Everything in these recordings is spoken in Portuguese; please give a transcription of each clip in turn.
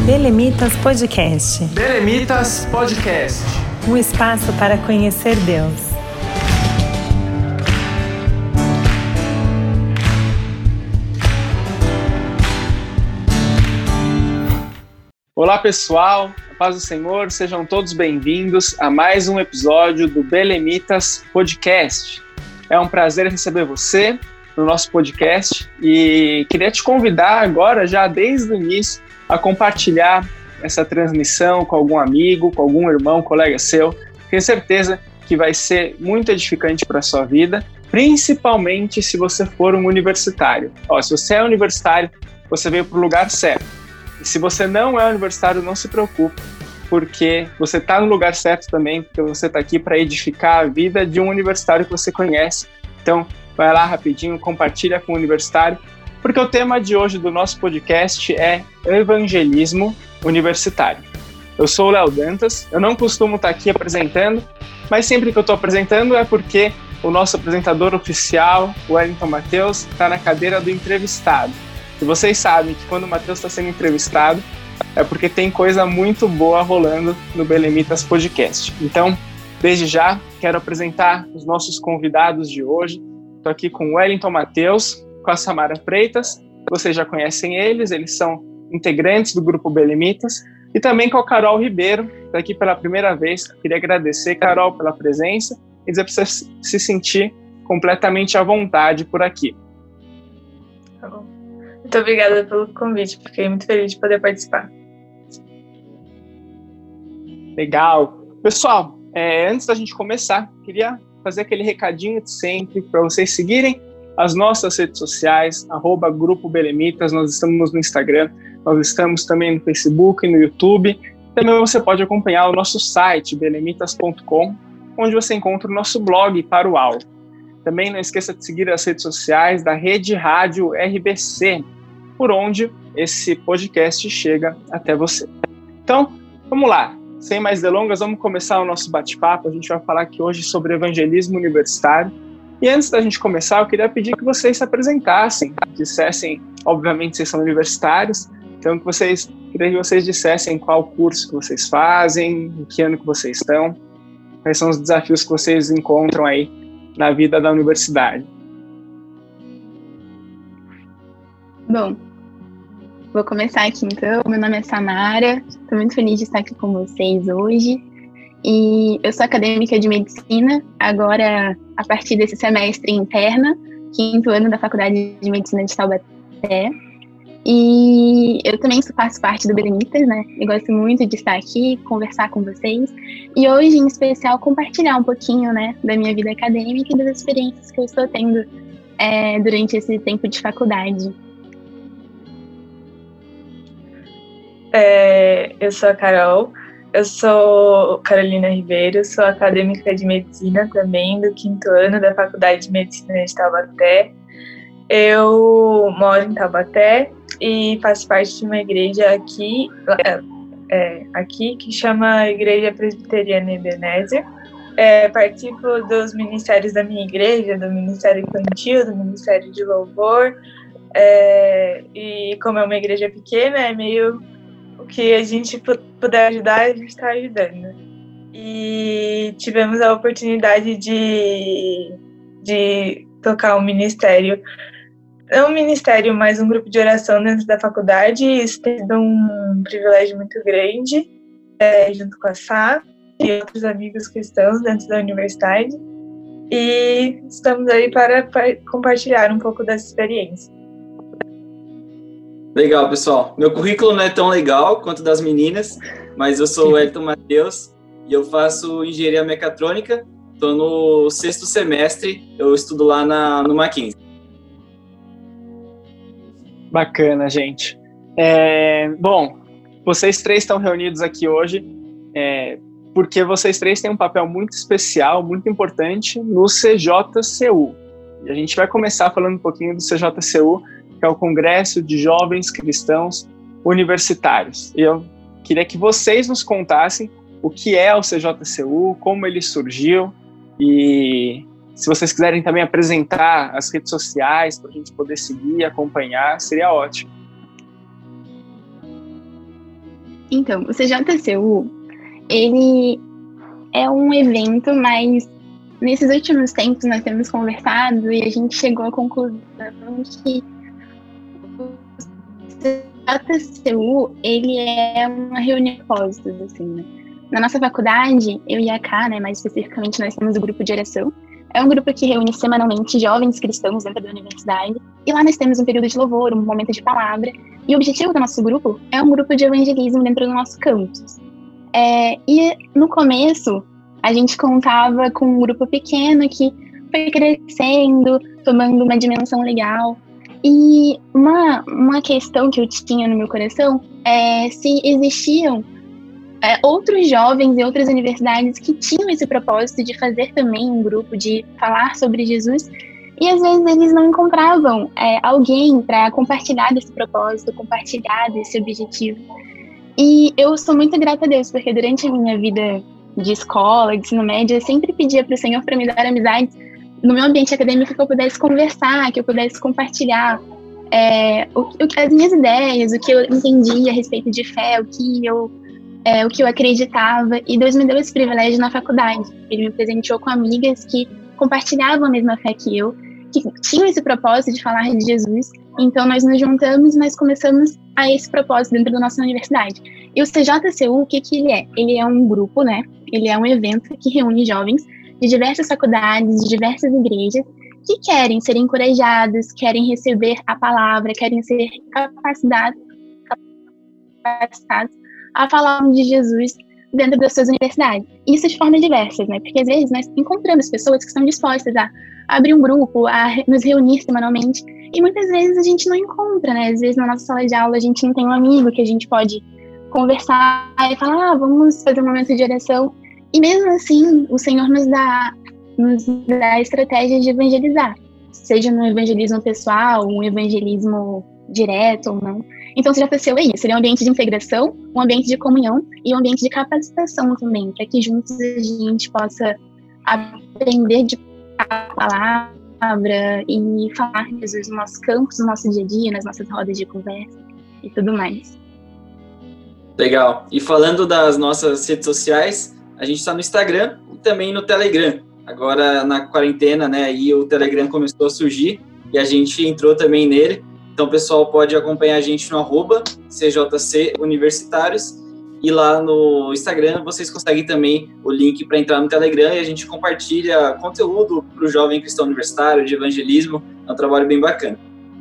Belemitas Podcast. Belemitas Podcast. Um espaço para conhecer Deus. Olá pessoal, a paz do Senhor, sejam todos bem-vindos a mais um episódio do Belemitas Podcast. É um prazer receber você no nosso podcast e queria te convidar agora, já desde o início, a compartilhar essa transmissão com algum amigo, com algum irmão, colega seu. Tenho certeza que vai ser muito edificante para a sua vida, principalmente se você for um universitário. Se você é universitário, você veio para o lugar certo. E se você não é universitário, não se preocupe, porque você está no lugar certo também, porque você está aqui para edificar a vida de um universitário que você conhece. Então, vai lá rapidinho, compartilha com o universitário, porque o tema de hoje do nosso podcast é evangelismo universitário. Eu sou o Léo Dantas, eu não costumo estar aqui apresentando, mas sempre que eu estou apresentando é porque o nosso apresentador oficial, o Wellington Mateus, está na cadeira do entrevistado. E vocês sabem que quando o Mateus está sendo entrevistado, é porque tem coisa muito boa rolando no Belemitas Podcast. Então, desde já, quero apresentar os nossos convidados de hoje. Estou aqui com o Wellington Mateus, com a Samara Freitas. Vocês já conhecem eles são integrantes do Grupo Belemitas. E também com a Carol Ribeiro, que está aqui pela primeira vez. Queria agradecer, Carol, pela presença e dizer para você se sentir completamente à vontade por aqui. Tá bom. Muito obrigada pelo convite, fiquei muito feliz de poder participar. Legal. Pessoal, antes da gente começar, queria fazer aquele recadinho de sempre para vocês seguirem as nossas redes sociais, @Grupo Belemitas, nós estamos no Instagram, nós estamos também no Facebook e no YouTube. Também você pode acompanhar o nosso site, belemitas.com, onde você encontra o nosso blog para o Alvo. Também não esqueça de seguir as redes sociais da Rede Rádio RBC, por onde esse podcast chega até você. Então, vamos lá. Sem mais delongas, vamos começar o nosso bate-papo. A gente vai falar aqui hoje sobre evangelismo universitário. E antes da gente começar, eu queria pedir que vocês se apresentassem, dissessem, obviamente vocês são universitários, então queria que vocês dissessem qual curso que vocês fazem, em que ano que vocês estão, quais são os desafios que vocês encontram aí na vida da universidade. Bom, vou começar aqui então. Meu nome é Samara, estou muito feliz de estar aqui com vocês hoje. E eu sou acadêmica de medicina, agora a partir desse semestre interna, 5º ano da Faculdade de Medicina de Taubaté. E eu também faço parte do Belemitas, né? Eu gosto muito de estar aqui, conversar com vocês. E hoje, em especial, compartilhar um pouquinho, né, da minha vida acadêmica e das experiências que eu estou tendo durante esse tempo de faculdade. Eu sou a Carol, eu sou Carolina Ribeiro, sou acadêmica de medicina também, do 5º ano da Faculdade de Medicina de Taubaté. Eu moro em Taubaté e faço parte de uma igreja aqui que chama Igreja Presbiteriana Ebenezer. Participo dos ministérios da minha igreja, do Ministério Infantil, do Ministério de Louvor, e como é uma igreja pequena, é meio o que a gente puder ajudar, a gente está ajudando. E tivemos a oportunidade de tocar um ministério, não um ministério, mas um grupo de oração dentro da faculdade. Isso tem sido um privilégio muito grande, junto com a Sá e outros amigos cristãos dentro da universidade. E estamos aí para compartilhar um pouco dessa experiência. Legal, pessoal. Meu currículo não é tão legal quanto das meninas, mas eu sou o Wellington Mateus e eu faço engenharia mecatrônica. Estou no 6º semestre, eu estudo lá no Mackenzie. Bacana, gente. Bom, vocês três estão reunidos aqui hoje porque vocês três têm um papel muito especial, muito importante no CJCU. E a gente vai começar falando um pouquinho do CJCU, que é o Congresso de Jovens Cristãos Universitários. E eu queria que vocês nos contassem o que é o CJCU, como ele surgiu, e se vocês quiserem também apresentar as redes sociais para a gente poder seguir e acompanhar, seria ótimo. Então, o CJCU, ele é um evento, mas nesses últimos tempos nós temos conversado e a gente chegou à conclusão que o CJCU, ele é uma reunião de propósitos, assim, né? Na nossa faculdade, eu e a Ká, né, mais especificamente, nós temos o grupo de oração. É um grupo que reúne semanalmente jovens cristãos dentro da universidade. E lá nós temos um período de louvor, um momento de palavra. E o objetivo do nosso grupo é um grupo de evangelismo dentro do nosso campus. E no começo, a gente contava com um grupo pequeno que foi crescendo, tomando uma dimensão legal. E uma questão que eu tinha no meu coração é se existiam outros jovens e outras universidades que tinham esse propósito de fazer também um grupo, de falar sobre Jesus, e às vezes eles não encontravam alguém para compartilhar desse propósito, compartilhar desse objetivo. E eu sou muito grata a Deus, porque durante a minha vida de escola, de ensino médio, eu sempre pedia para o Senhor para me dar amizades no meu ambiente acadêmico, que eu pudesse conversar, que eu pudesse compartilhar as minhas ideias, o que eu entendia a respeito de fé, o que eu acreditava, e Deus me deu esse privilégio na faculdade. Ele me presenteou com amigas que compartilhavam a mesma fé que eu, que tinham esse propósito de falar de Jesus. Então nós nos juntamos, nós começamos a esse propósito dentro da nossa universidade. E o CJCU, o que ele é? Ele é um grupo, né? Ele é um evento que reúne jovens de diversas faculdades, de diversas igrejas, que querem ser encorajados, querem receber a palavra, querem ser capacitados a falar de Jesus dentro das suas universidades. Isso de formas diversas, né? Porque às vezes nós encontramos pessoas que estão dispostas a abrir um grupo, a nos reunir semanalmente, e muitas vezes a gente não encontra, né? Às vezes na nossa sala de aula a gente não tem um amigo que a gente pode conversar e falar, vamos fazer um momento de oração. E mesmo assim, o Senhor nos dá estratégias de evangelizar, seja no evangelismo pessoal, um evangelismo direto ou não. Então, o CJCU é isso, ele é um ambiente de integração, um ambiente de comunhão e um ambiente de capacitação também, para que juntos a gente possa aprender de a palavra e falar de Jesus no nosso campus, no nosso dia a dia, nas nossas rodas de conversa e tudo mais. Legal. E falando das nossas redes sociais, a gente está no Instagram e também no Telegram. Agora, na quarentena, né, aí o Telegram começou a surgir e a gente entrou também nele. Então, o pessoal pode acompanhar a gente no @CJC Universitários, e lá no Instagram vocês conseguem também o link para entrar no Telegram, e a gente compartilha conteúdo para o jovem cristão universitário, de evangelismo. É um trabalho bem bacana.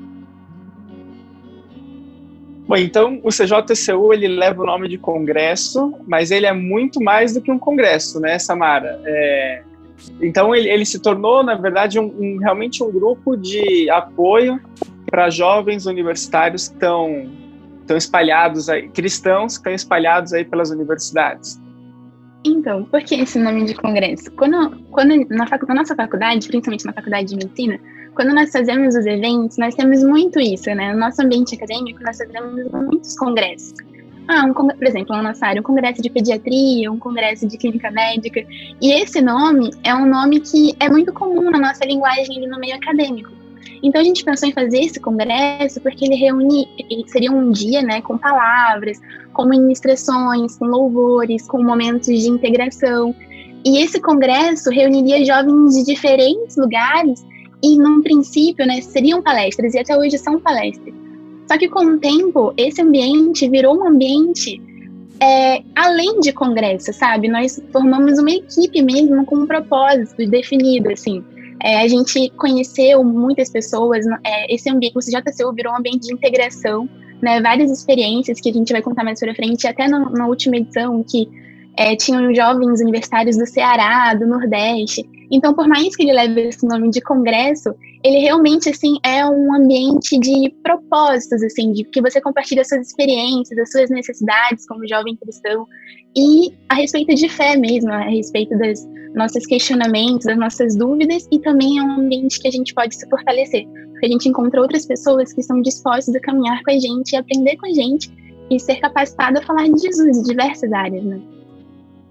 Bom, então o CJCU, ele leva o nome de congresso, mas ele é muito mais do que um congresso, né, Samara? Então ele se tornou, na verdade, realmente um grupo de apoio para jovens universitários que estão espalhados aí, cristãos que estão espalhados aí pelas universidades. Então, por que esse nome de congresso? Quando na nossa faculdade, principalmente na faculdade de medicina, quando nós fazemos os eventos, nós temos muito isso, né? No nosso ambiente acadêmico, nós fazemos muitos congressos. Por exemplo, na nossa área, um congresso de pediatria, um congresso de clínica médica. E esse nome é um nome que é muito comum na nossa linguagem ali no meio acadêmico. Então a gente pensou em fazer esse congresso porque ele seria um dia, né, com palavras, com ministrações, com louvores, com momentos de integração. E esse congresso reuniria jovens de diferentes lugares e, num princípio, né, seriam palestras, e até hoje são palestras. Só que com o tempo, esse ambiente virou um ambiente além de congresso, sabe? Nós formamos uma equipe mesmo com um propósito definido, assim. A gente conheceu muitas pessoas, esse ambiente, o CJCU virou um ambiente de integração, né, várias experiências que a gente vai contar mais pra frente, até na última edição, que tinham jovens universitários do Ceará, do Nordeste. Então, por mais que ele leve esse nome de congresso, ele realmente, assim, é um ambiente de propósitos, assim, de que você compartilha as suas experiências, as suas necessidades como jovem cristão, e a respeito de fé mesmo, a respeito dos nossos questionamentos, das nossas dúvidas, e também é um ambiente que a gente pode se fortalecer, porque a gente encontra outras pessoas que estão dispostas a caminhar com a gente, e aprender com a gente, e ser capacitado a falar de Jesus em diversas áreas, né?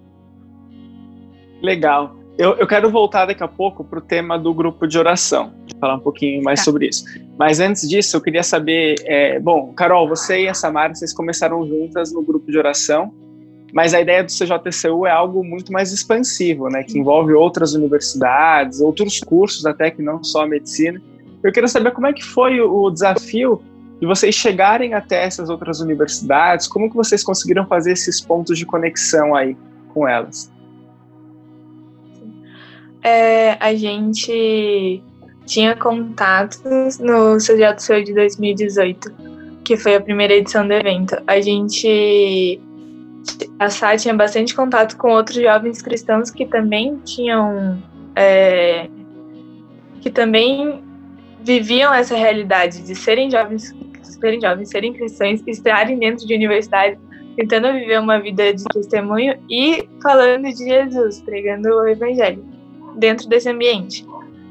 Legal. Eu quero voltar daqui a pouco para o tema do grupo de oração. falar um pouquinho mais sobre isso. Mas antes disso, eu queria saber, bom, Carol, você e a Samara, vocês começaram juntas no grupo de oração, mas a ideia do CJTCU é algo muito mais expansivo, né, que envolve outras universidades, outros cursos até, que não só a medicina. Eu queria saber como é que foi o desafio de vocês chegarem até essas outras universidades, como que vocês conseguiram fazer esses pontos de conexão aí com elas? A gente tinha contatos no CJTCU de 2018, que foi a primeira edição do evento. A Sá tinha bastante contato com outros jovens cristãos que também tinham, que também viviam essa realidade de serem jovens, serem cristãos, estarem dentro de universidade, tentando viver uma vida de testemunho e falando de Jesus, pregando o evangelho dentro desse ambiente.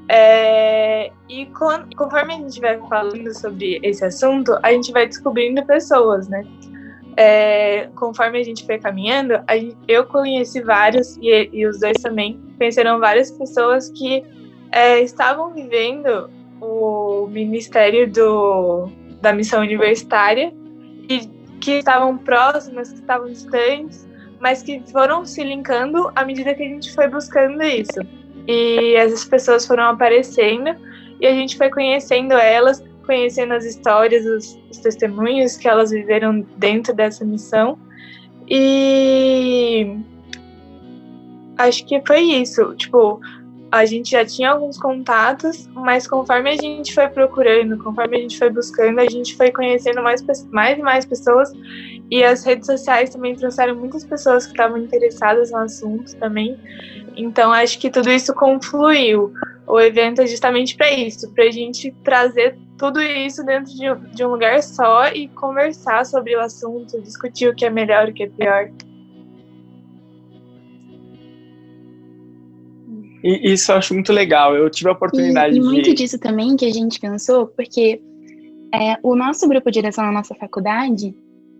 E conforme a gente vai falando sobre esse assunto, a gente vai descobrindo pessoas, né? Conforme a gente foi caminhando, eu conheci vários, e os dois também conheceram várias pessoas que estavam vivendo o ministério da missão universitária e que estavam próximas, que estavam distantes, mas que foram se linkando à medida que a gente foi buscando isso. E essas pessoas foram aparecendo e a gente foi conhecendo elas, conhecendo as histórias, os testemunhos que elas viveram dentro dessa missão. E acho que foi isso. Tipo, a gente já tinha alguns contatos, mas conforme a gente foi procurando, conforme a gente foi buscando, a gente foi conhecendo mais e mais pessoas. E as redes sociais também trouxeram muitas pessoas que estavam interessadas no assunto também. Então, acho que tudo isso confluiu. O evento é justamente para isso, para a gente trazer tudo isso dentro de um lugar só e conversar sobre o assunto, discutir o que é melhor, o que é pior. E isso eu acho muito legal. Eu tive a oportunidade e muito disso também que a gente pensou, porque o nosso grupo de direção na nossa faculdade...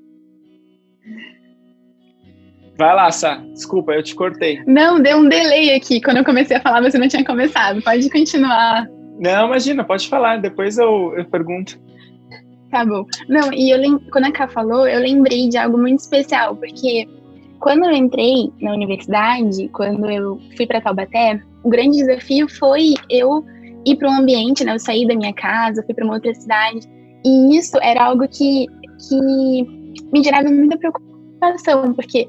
Vai lá, Sá. Desculpa, eu te cortei. Não, deu um delay aqui. Quando eu comecei a falar, você não tinha começado. Pode continuar. Não, imagina, pode falar. Depois eu pergunto. Tá bom. Não, e quando a Ká falou, eu lembrei de algo muito especial, porque quando eu entrei na universidade, quando eu fui para Taubaté, o grande desafio foi eu ir para um ambiente, né? Eu saí da minha casa, fui para uma outra cidade, e isso era algo que me gerava muita preocupação, porque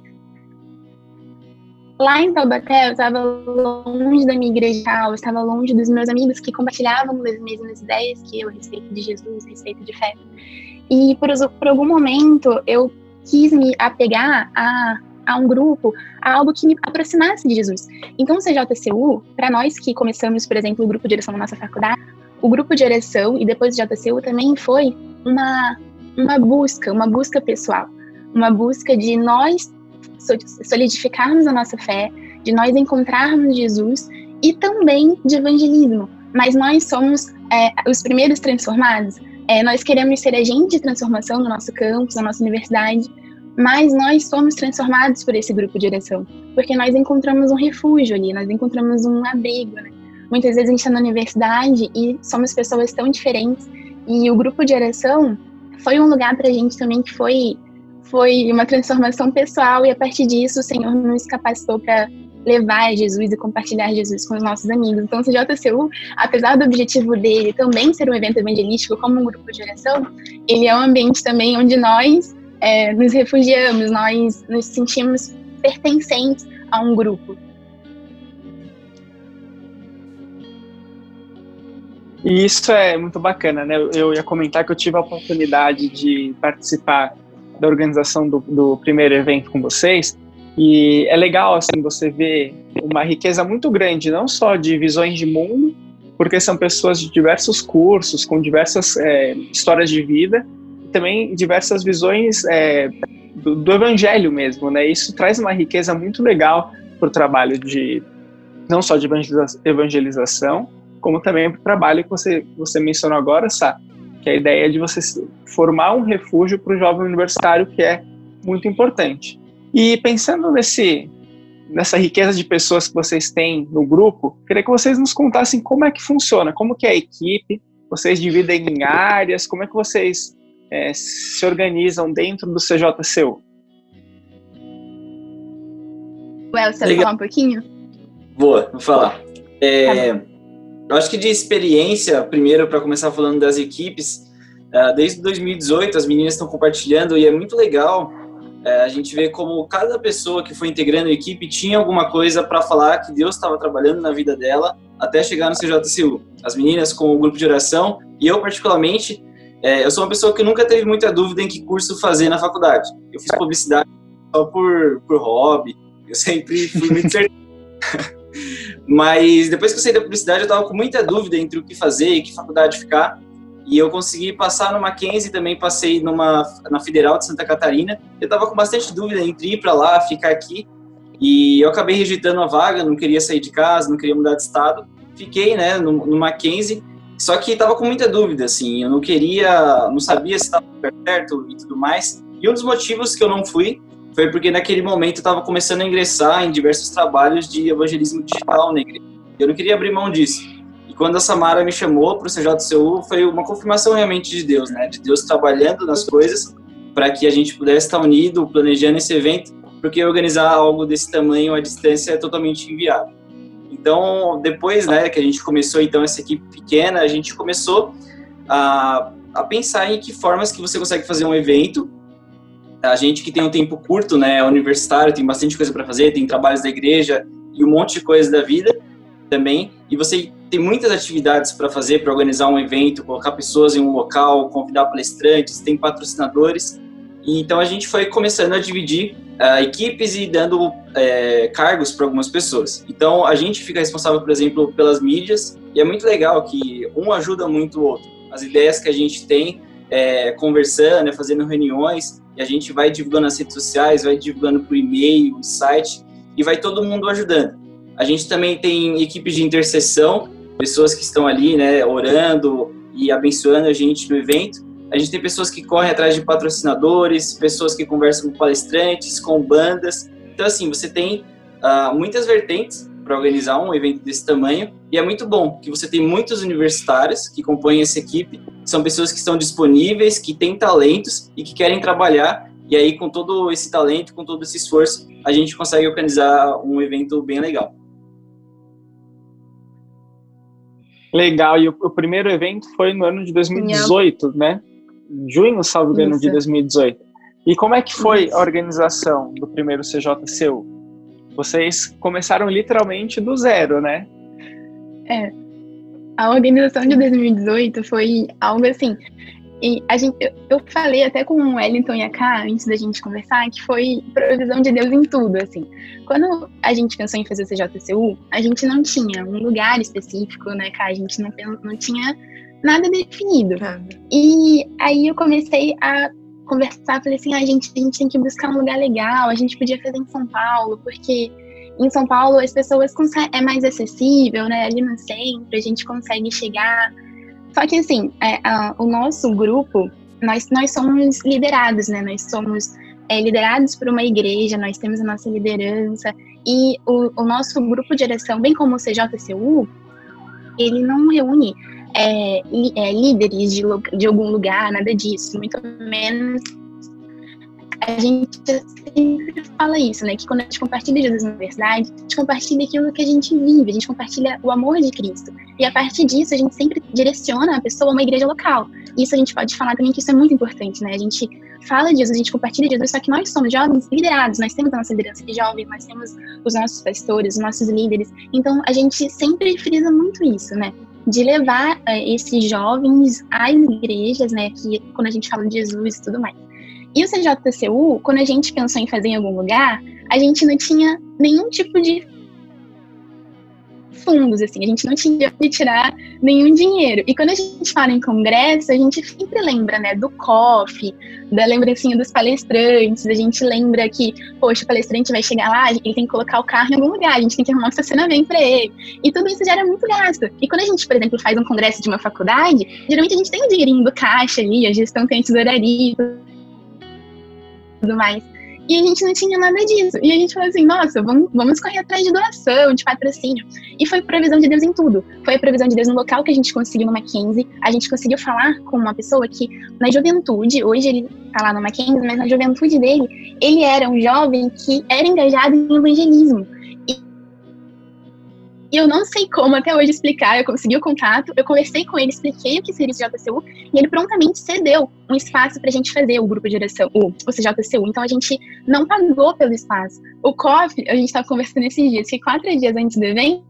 lá em Taubaté eu estava longe da minha igreja, eu estava longe dos meus amigos que compartilhavam das mesmas ideias que eu a respeito de Jesus, a respeito de fé. E por algum momento eu quis me apegar a um grupo, a algo que me aproximasse de Jesus. Então o CJTCU, para nós que começamos, por exemplo, o grupo de oração na nossa faculdade, o grupo de oração e depois o CJTCU também foi uma busca pessoal, uma busca de nós solidificarmos a nossa fé, de nós encontrarmos Jesus e também de evangelismo. Mas nós somos os primeiros transformados. Nós queremos ser agentes de transformação no nosso campus, na nossa universidade, mas nós somos transformados por esse grupo de oração, porque nós encontramos um refúgio ali, nós encontramos um abrigo, né? Muitas vezes a gente está na universidade e somos pessoas tão diferentes, e o grupo de oração foi um lugar para a gente também que foi uma transformação pessoal, e a partir disso o Senhor nos capacitou para levar Jesus e compartilhar Jesus com os nossos amigos. Então o CJTCU, apesar do objetivo dele também ser um evento evangelístico como um grupo de oração, ele é um ambiente também onde nós nos refugiamos, nós nos sentimos pertencentes a um grupo. E isso é muito bacana, né? Eu ia comentar que eu tive a oportunidade de participar da organização do primeiro evento com vocês, e é legal, assim, você ver uma riqueza muito grande, não só de visões de mundo, porque são pessoas de diversos cursos, com diversas histórias de vida, e também diversas visões do evangelho mesmo, né? Isso traz uma riqueza muito legal para o trabalho não só de evangelização, como também para o trabalho que você mencionou agora, Sá, que é a ideia de você formar um refúgio para o jovem universitário, que é muito importante. E pensando nessa riqueza de pessoas que vocês têm no grupo, queria que vocês nos contassem como é que funciona, como que é a equipe, vocês dividem em áreas, como é que vocês se organizam dentro do CJCU? Você vai falar um pouquinho? Vou falar. Eu acho que de experiência, primeiro, para começar falando das equipes, desde 2018 as meninas estão compartilhando e é muito legal a gente ver como cada pessoa que foi integrando a equipe tinha alguma coisa para falar que Deus estava trabalhando na vida dela até chegar no CJCU. As meninas com o grupo de oração e eu particularmente, eu sou uma pessoa que nunca teve muita dúvida em que curso fazer na faculdade. Eu fiz publicidade só por hobby, eu sempre fui muito certo. Mas depois que eu saí da publicidade eu estava com muita dúvida entre o que fazer e que faculdade ficar. E eu consegui passar no Mackenzie, também passei na Federal de Santa Catarina. Eu estava com bastante dúvida entre ir para lá, ficar aqui. E eu acabei rejeitando a vaga, não queria sair de casa, não queria mudar de estado. Fiquei, né, no Mackenzie, só que estava com muita dúvida, assim. Eu não sabia se estava certo e tudo mais. E um dos motivos que eu não fui foi porque naquele momento eu estava começando a ingressar em diversos trabalhos de evangelismo digital na igreja. Eu não queria abrir mão disso. E quando a Samara me chamou para o CJCU, foi uma confirmação realmente de Deus, né? De Deus trabalhando nas coisas para que a gente pudesse estar unido, planejando esse evento, porque organizar algo desse tamanho à distância é totalmente inviável. Então, depois, né, que a gente começou então essa equipe pequena, a gente começou a pensar em que formas que você consegue fazer um evento. A gente que tem um tempo curto, né, é universitário, tem bastante coisa para fazer, tem trabalhos da igreja e um monte de coisa da vida também, e você tem muitas atividades para fazer, para organizar um evento, colocar pessoas em um local, convidar palestrantes, tem patrocinadores, e então a gente foi começando a dividir equipes e dando cargos para algumas pessoas. Então a gente fica responsável, por exemplo, pelas mídias, e é muito legal que um ajuda muito o outro. As ideias que a gente tem, conversando, fazendo reuniões, e a gente vai divulgando nas redes sociais, vai divulgando por e-mail, no site, e vai todo mundo ajudando. A gente também tem equipes de intercessão, pessoas que estão ali, né, orando e abençoando a gente no evento. A gente tem pessoas que correm atrás de patrocinadores, pessoas que conversam com palestrantes, com bandas. Então, assim, você tem muitas vertentes para organizar um evento desse tamanho, e é muito bom que você tem muitos universitários que compõem essa equipe, são pessoas que estão disponíveis, que têm talentos e que querem trabalhar, e aí com todo esse talento, com todo esse esforço, a gente consegue organizar um evento bem legal. Legal, e o primeiro evento foi no ano de 2018, né? Em junho, salvo engano, de 2018. E como é que foi a organização do primeiro CJCU? Vocês começaram literalmente do zero, né? A organização de 2018 foi algo assim... E eu falei até com o Wellington e a Ká, antes da gente conversar, que foi provisão de Deus em tudo, assim. Quando a gente pensou em fazer o CJCU, a gente não tinha um lugar específico, né, Ká? A gente não tinha nada definido. E aí eu comecei a conversar, falei assim, a gente tem que buscar um lugar legal, a gente podia fazer em São Paulo, porque em São Paulo as pessoas é mais acessível, né, ali no centro, a gente consegue chegar... Só que, assim, o nosso grupo, nós somos liderados, né? Nós somos liderados por uma igreja, nós temos a nossa liderança. E o nosso grupo de oração, bem como o CJCU, ele não reúne líderes de algum lugar, nada disso. Muito menos a gente sempre fala isso, né? Que quando a gente compartilha Jesus na universidade, a gente compartilha aquilo que a gente vive, a gente compartilha o amor de Cristo. E a partir disso, a gente sempre direciona a pessoa a uma igreja local. Isso a gente pode falar também que isso é muito importante, né? A gente fala de Jesus, a gente compartilha de Jesus, só que nós somos jovens liderados, nós temos a nossa liderança de jovens, nós temos os nossos pastores, os nossos líderes. Então, a gente sempre frisa muito isso, né? De levar esses jovens às igrejas, né? Que, quando a gente fala de Jesus e tudo mais. E o CJCU, quando a gente pensou em fazer em algum lugar, a gente não tinha nenhum tipo de fundos, assim, a gente não tinha de tirar nenhum dinheiro. E quando a gente fala em congresso, a gente sempre lembra, né, do COF, da lembrancinha dos palestrantes, a gente lembra que, poxa, o palestrante vai chegar lá, ele tem que colocar o carro em algum lugar, a gente tem que arrumar um estacionamento para ele. E tudo isso gera muito gasto. E quando a gente, por exemplo, faz um congresso de uma faculdade, geralmente a gente tem um dinheirinho do caixa ali, a gestão tem a tesouraria e tudo mais. E a gente não tinha nada disso. E a gente falou assim, nossa, vamos correr atrás de doação, de patrocínio. E foi provisão de Deus em tudo. Foi a provisão de Deus no local que a gente conseguiu no Mackenzie. A gente conseguiu falar com uma pessoa que, na juventude, hoje ele tá lá no Mackenzie, mas na juventude dele, ele era um jovem que era engajado em evangelismo. E eu não sei como até hoje explicar, eu consegui o contato, eu conversei com ele, expliquei o que seria o CJCU, e ele prontamente cedeu um espaço pra gente fazer o grupo de oração, o CJCU. Então a gente não pagou pelo espaço. O COF, a gente tava conversando esses dias, que 4 dias antes do evento,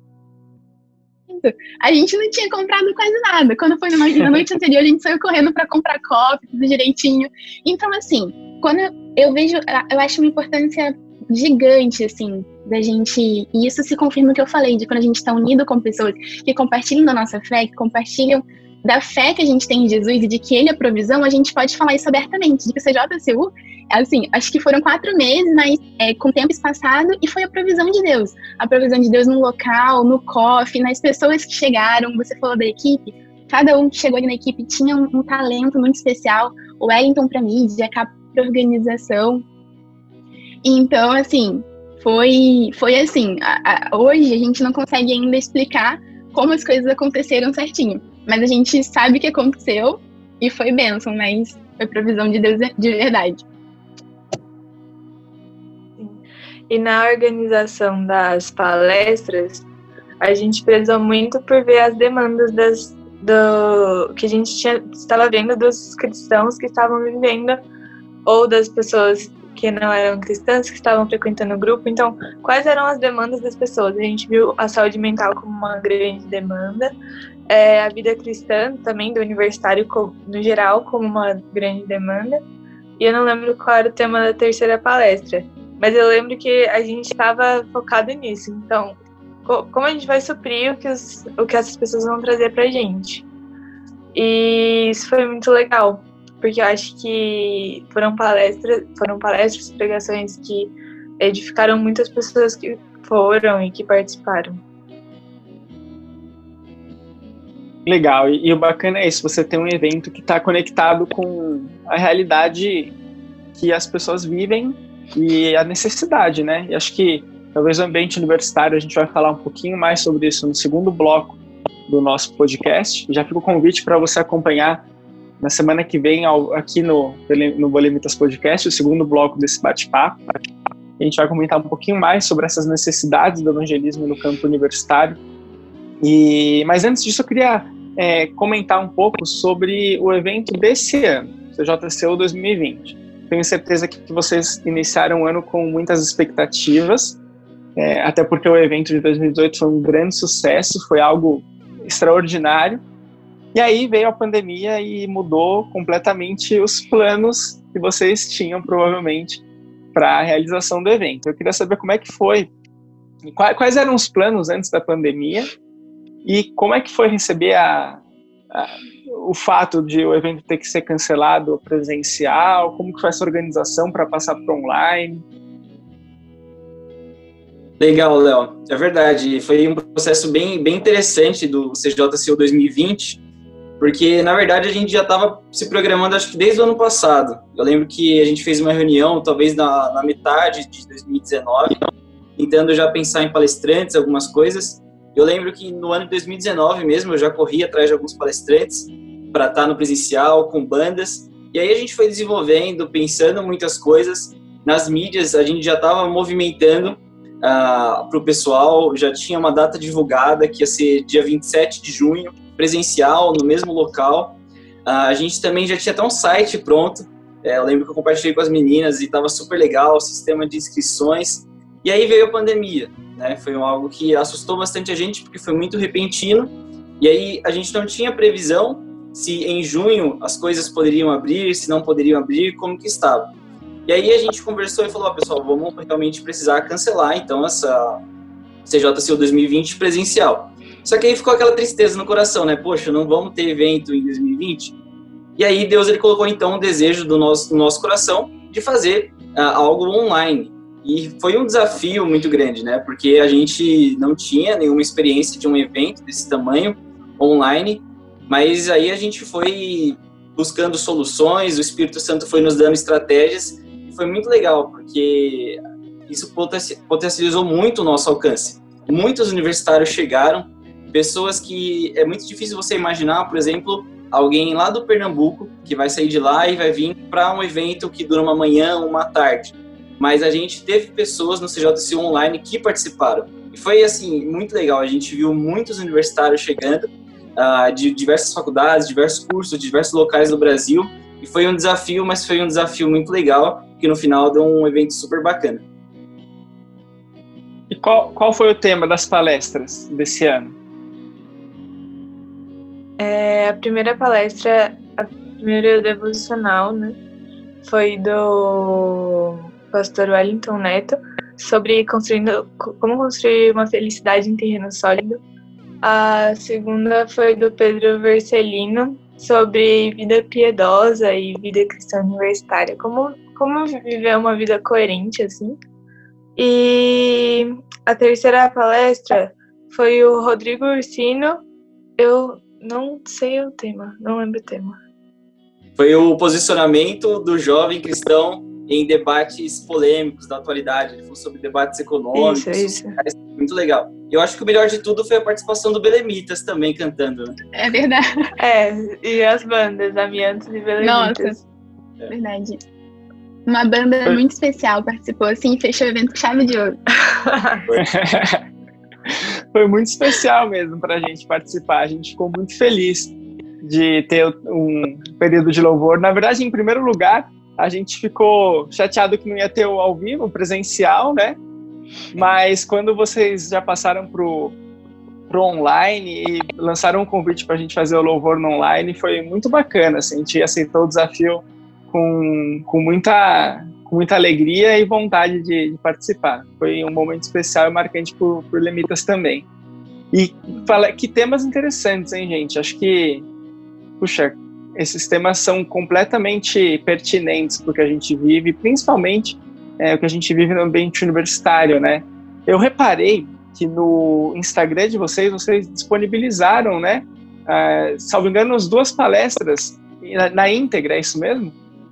a gente não tinha comprado quase nada. Quando foi na noite anterior, a gente saiu correndo pra comprar COF, tudo direitinho. Então, assim, quando eu vejo, eu acho uma importância gigante, assim, da gente, e isso se confirma o que eu falei, de quando a gente está unido com pessoas que compartilham da nossa fé, que compartilham da fé que a gente tem em Jesus e de que Ele é provisão, a gente pode falar isso abertamente, de que o CJCU, assim, acho que foram 4 meses, mas com o tempo espaçado, e foi a provisão de Deus no local, no COF, nas pessoas que chegaram. Você falou da equipe, cada um que chegou ali na equipe tinha um talento muito especial, o Wellington para mídia, a Capa para organização. Então, assim, foi assim, hoje a gente não consegue ainda explicar como as coisas aconteceram certinho, mas a gente sabe que aconteceu e foi bênção, mas foi provisão de Deus de verdade. E na organização das palestras, a gente prezou muito por ver as demandas que a gente estava vendo dos cristãos que estavam vivendo, ou das pessoas que não eram cristãs, que estavam frequentando o grupo. Então, quais eram as demandas das pessoas? A gente viu a saúde mental como uma grande demanda, a vida cristã também, do universitário no geral, como uma grande demanda. E eu não lembro qual era o tema da terceira palestra, mas eu lembro que a gente estava focado nisso. Então, como a gente vai suprir o que essas pessoas vão trazer pra gente? E isso foi muito legal, porque eu acho que foram palestras, pregações que edificaram muitas pessoas que foram e que participaram. Legal, e o bacana é isso, você tem um evento que está conectado com a realidade que as pessoas vivem e a necessidade, né? E acho que talvez o ambiente universitário, a gente vai falar um pouquinho mais sobre isso no segundo bloco do nosso podcast. Já fica o convite para você acompanhar na semana que vem, aqui no Bolemitas Podcast, o segundo bloco desse bate-papo. A gente vai comentar um pouquinho mais sobre essas necessidades do evangelismo no campo universitário. Mas antes disso, eu queria comentar um pouco sobre o evento desse ano, CJCU 2020. Tenho certeza que vocês iniciaram o ano com muitas expectativas, até porque o evento de 2018 foi um grande sucesso, foi algo extraordinário. E aí veio a pandemia e mudou completamente os planos que vocês tinham, provavelmente, para a realização do evento. Eu queria saber como é que foi, quais eram os planos antes da pandemia e como é que foi receber o fato de o evento ter que ser cancelado presencial, como que foi essa organização para passar para online? Legal, Léo. É verdade, foi um processo bem interessante do CJCU 2020, porque, na verdade, a gente já estava se programando, acho que desde o ano passado. Eu lembro que a gente fez uma reunião, talvez na metade de 2019, tentando já pensar em palestrantes, algumas coisas. Eu lembro que no ano de 2019 mesmo, eu já corri atrás de alguns palestrantes para estar no presencial, com bandas. E aí a gente foi desenvolvendo, pensando muitas coisas. Nas mídias, a gente já estava movimentando para o pessoal, já tinha uma data divulgada, que ia ser dia 27 de junho, presencial, no mesmo local. A gente também já tinha até um site pronto. Eu lembro que eu compartilhei com as meninas e estava super legal o sistema de inscrições. E aí veio a pandemia, né? Foi algo que assustou bastante a gente, porque foi muito repentino. E aí a gente não tinha previsão se em junho as coisas poderiam abrir, se não poderiam abrir, como que estava. E aí a gente conversou e falou, pessoal, vamos realmente precisar cancelar, então, essa CJCU 2020 presencial. Só que aí ficou aquela tristeza no coração, né? Poxa, não vamos ter evento em 2020? E aí Deus, ele colocou, então, um desejo no nosso coração de fazer algo online. E foi um desafio muito grande, né? Porque a gente não tinha nenhuma experiência de um evento desse tamanho online, mas aí a gente foi buscando soluções, o Espírito Santo foi nos dando estratégias, e foi muito legal, porque isso potencializou muito o nosso alcance. Muitos universitários chegaram, pessoas que é muito difícil você imaginar, por exemplo, alguém lá do Pernambuco que vai sair de lá e vai vir para um evento que dura uma manhã, uma tarde. Mas a gente teve pessoas no CJCU Online que participaram. E foi, assim, muito legal. A gente viu muitos universitários chegando de diversas faculdades, diversos cursos, diversos locais do Brasil. E foi um desafio, mas foi um desafio muito legal, que no final deu um evento super bacana. E qual foi o tema das palestras desse ano? A primeira palestra, a primeira devocional, né, foi do pastor Wellington Neto, sobre como construir uma felicidade em terreno sólido. A segunda foi do Pedro Vercelino, sobre vida piedosa e vida cristã universitária, como viver uma vida coerente, assim. E a terceira palestra foi o Rodrigo Ursino. Eu não sei o tema, não lembro o tema. Foi o posicionamento do jovem cristão em debates polêmicos da atualidade. Ele falou sobre debates econômicos, sociais, muito legal. Eu acho que o melhor de tudo foi a participação do Belemitas também cantando, né? É verdade. E as bandas, Amiantos e Belemitas. Nossa, verdade. Uma banda muito especial participou, assim, e fechou o evento com chave de ouro. Foi muito especial mesmo pra gente participar. A gente ficou muito feliz de ter um período de louvor. Na verdade, em primeiro lugar, a gente ficou chateado que não ia ter o ao vivo, o presencial, né? Mas quando vocês já passaram pro online e lançaram um convite pra gente fazer o louvor no online, foi muito bacana, assim, a gente aceitou o desafio com muita alegria e vontade de participar. Foi um momento especial e marcante por Lemitas também. E que temas interessantes, hein, gente? Acho que, puxa, esses temas são completamente pertinentes para o que a gente vive, principalmente o que a gente vive no ambiente universitário, né? Eu reparei que no Instagram de vocês disponibilizaram, né? Salvo engano, as 2 palestras na íntegra, é isso mesmo?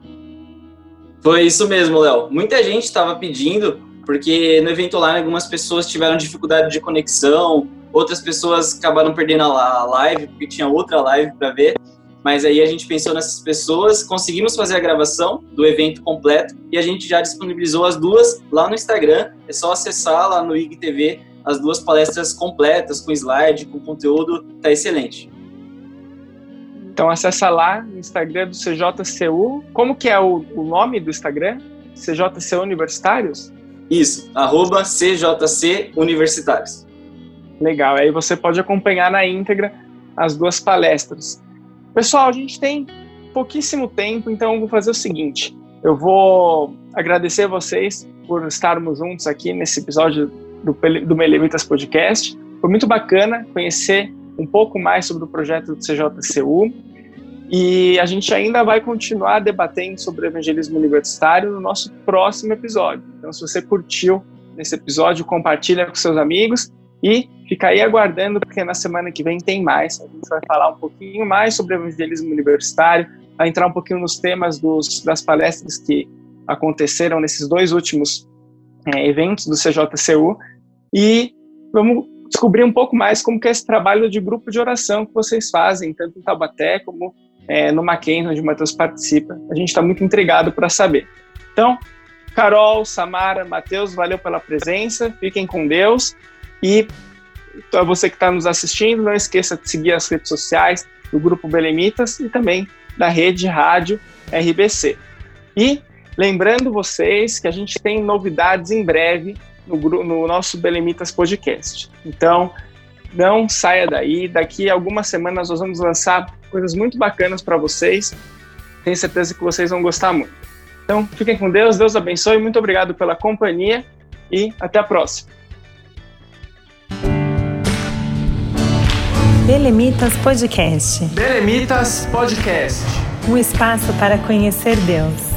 Foi isso mesmo, Léo. Muita gente estava pedindo, porque no evento online algumas pessoas tiveram dificuldade de conexão, outras pessoas acabaram perdendo a live, porque tinha outra live para ver. Mas aí a gente pensou nessas pessoas, conseguimos fazer a gravação do evento completo e a gente já disponibilizou as 2 lá no Instagram. É só acessar lá no IGTV as 2 palestras completas, com slide, com conteúdo, tá excelente. Então acessa lá no Instagram do CJCU. Como que é o nome do Instagram? CJCU Universitários? Isso, @CJC Universitários. Legal, aí você pode acompanhar na íntegra as 2 palestras. Pessoal, a gente tem pouquíssimo tempo, então eu vou fazer o seguinte. Eu vou agradecer vocês por estarmos juntos aqui nesse episódio do Belemitas Podcast. Foi muito bacana conhecer um pouco mais sobre o projeto do CJCU e a gente ainda vai continuar debatendo sobre o evangelismo universitário no nosso próximo episódio. Então, se você curtiu esse episódio, compartilha com seus amigos e fica aí aguardando, porque na semana que vem tem mais. A gente vai falar um pouquinho mais sobre o evangelismo universitário, vai entrar um pouquinho nos temas das palestras que aconteceram nesses 2 últimos eventos do CJCU e vamos descobrir um pouco mais como que é esse trabalho de grupo de oração que vocês fazem, tanto em Taubaté como no Mackenzie, onde o Matheus participa. A gente está muito intrigado para saber. Então, Carol, Samara, Matheus, valeu pela presença, fiquem com Deus e a você que está nos assistindo, não esqueça de seguir as redes sociais do Grupo Belemitas e também da Rede Rádio RBC. E lembrando vocês que a gente tem novidades em breve no nosso Belemitas Podcast. Então, não saia daí. Daqui a algumas semanas nós vamos lançar coisas muito bacanas para vocês. Tenho certeza que vocês vão gostar muito. Então, fiquem com Deus. Deus abençoe. Muito obrigado pela companhia e até a próxima. Belemitas Podcast. Belemitas Podcast. Um espaço para conhecer Deus.